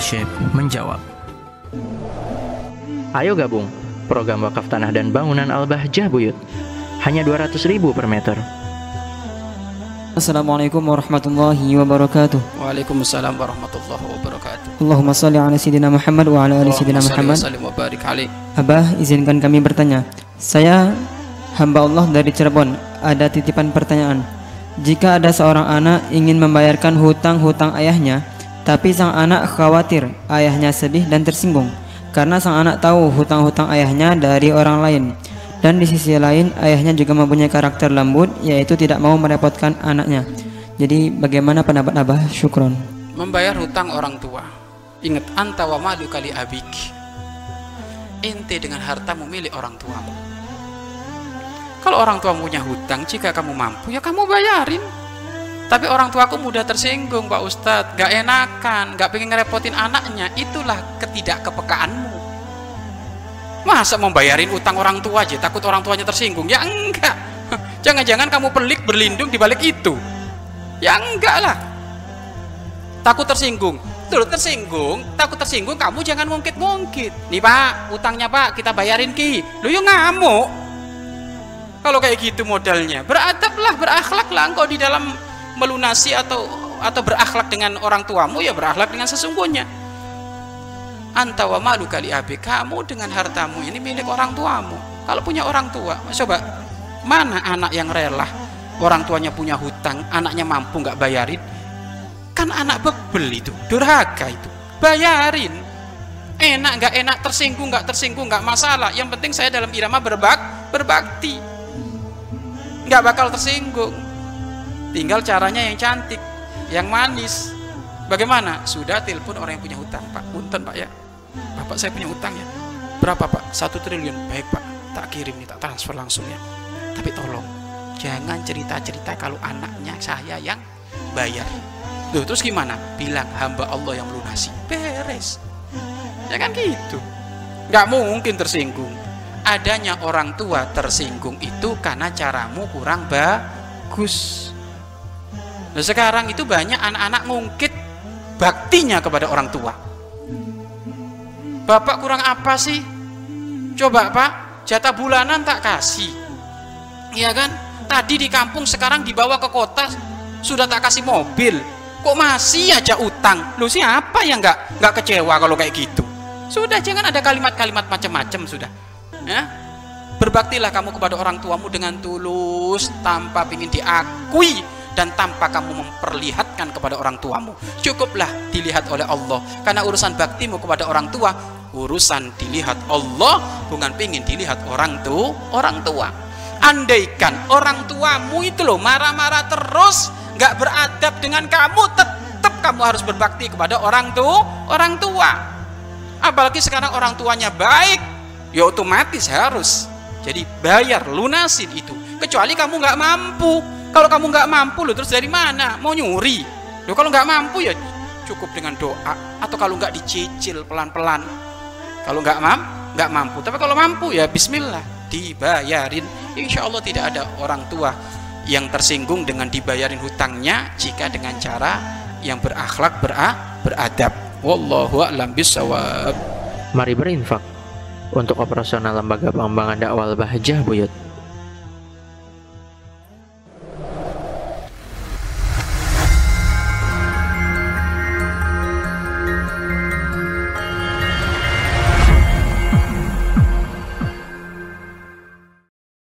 Syekh menjawab. Ayo gabung program wakaf tanah dan bangunan Al-Bahjah Buyut. Hanya 200.000 per meter. Assalamualaikum warahmatullahi wabarakatuh. Waalaikumsalam warahmatullahi wabarakatuh. Allahumma salli ala sayyidina Muhammad wa ala ali sayyidina Muhammad. Abah, izinkan kami bertanya. Saya hamba Allah dari Cirebon. Ada titipan pertanyaan. Jika ada seorang anak ingin membayarkan hutang-hutang ayahnya, tapi sang anak khawatir ayahnya sedih dan tersinggung karena sang anak tahu hutang-hutang ayahnya dari orang lain, dan di sisi lain ayahnya juga mempunyai karakter lembut, yaitu tidak mau merepotkan anaknya. Jadi bagaimana pendapat Abah? Syukron. Membayar hutang orang tua. Ingat, anta wa malu kali abik. Ente dengan hartamu milik orang tuamu. Kalau orang tua punya hutang, jika kamu mampu ya kamu bayarin. Tapi orang tuaku mudah tersinggung, Pak Ustadz, gak enakan, gak pengen ngerepotin anaknya. Itulah ketidakkepekaanmu. Masa mau bayarin utang orang tua aja takut orang tuanya tersinggung? Ya enggak. Jangan-jangan kamu pelik berlindung di balik itu. Ya enggak lah. Takut tersinggung. Tuh tersinggung, takut tersinggung, kamu jangan ngungkit-ngungkit. Nih Pak, utangnya Pak, kita bayarin Ki. Lu yuk ngamuk. Kalau kayak gitu modalnya, beradablah, berakhlaklah engkau di dalam melunasi atau berakhlak dengan orang tuamu, ya berakhlak dengan sesungguhnya. Anta wa malu kali abi, kamu dengan hartamu ini milik orang tuamu. Kalau punya orang tua, coba mana anak yang rela orang tuanya punya hutang, anaknya mampu nggak bayarin? Kan anak bebel itu, durhaka itu. Bayarin. Enak nggak enak, tersinggung nggak masalah. Yang penting saya dalam irama berbakti. Nggak bakal tersinggung. Tinggal caranya yang cantik, yang manis. Bagaimana? Sudah telepon orang yang punya hutang. Pak, punten Pak ya, Bapak saya punya hutang ya. Berapa Pak? 1 triliun. Baik Pak, tak kirim nih, tak transfer langsung ya. Tapi tolong jangan cerita-cerita kalau anaknya saya yang bayar. Loh, terus gimana? Bilang hamba Allah yang melunasi. Beres. Ya kan gitu. Nggak mungkin tersinggung. Adanya orang tua tersinggung itu karena caramu kurang bagus. Nah, sekarang itu banyak anak-anak ngungkit baktinya kepada orang tua. Bapak kurang apa sih? Coba Pak, jatah bulanan tak kasih. Iya kan? Tadi di kampung, sekarang dibawa ke kota, sudah tak kasih mobil. Kok masih aja utang? Lu siapa yang nggak kecewa kalau kayak gitu? Sudah, jangan ada kalimat-kalimat macam-macam sudah. Ya? Berbaktilah kamu kepada orang tuamu dengan tulus, tanpa ingin diakui dan tanpa kamu memperlihatkan kepada orang tuamu. Cukuplah dilihat oleh Allah, karena urusan baktimu kepada orang tua urusan dilihat Allah, bukan pingin dilihat orang tua. Andaikan orang tuamu itu loh marah-marah terus, nggak beradab dengan kamu, tetap kamu harus berbakti kepada orang tua. Apalagi sekarang orang tuanya baik, ya otomatis harus. Jadi bayar, lunasin itu. Kecuali kamu nggak mampu. Kalau kamu nggak mampu, loh terus dari mana? Mau nyuri? Loh kalau nggak mampu ya cukup dengan doa. Atau kalau nggak dicicil pelan-pelan. Kalau nggak mampu. Tapi kalau mampu ya Bismillah, dibayarin. Insya Allah tidak ada orang tua yang tersinggung dengan dibayarin hutangnya jika dengan cara yang berakhlak, beradab. Wallahu a'lam bishawab. Mari berinfak untuk operasional lembaga pengembangan dakwah Al-Bahjah Buyut.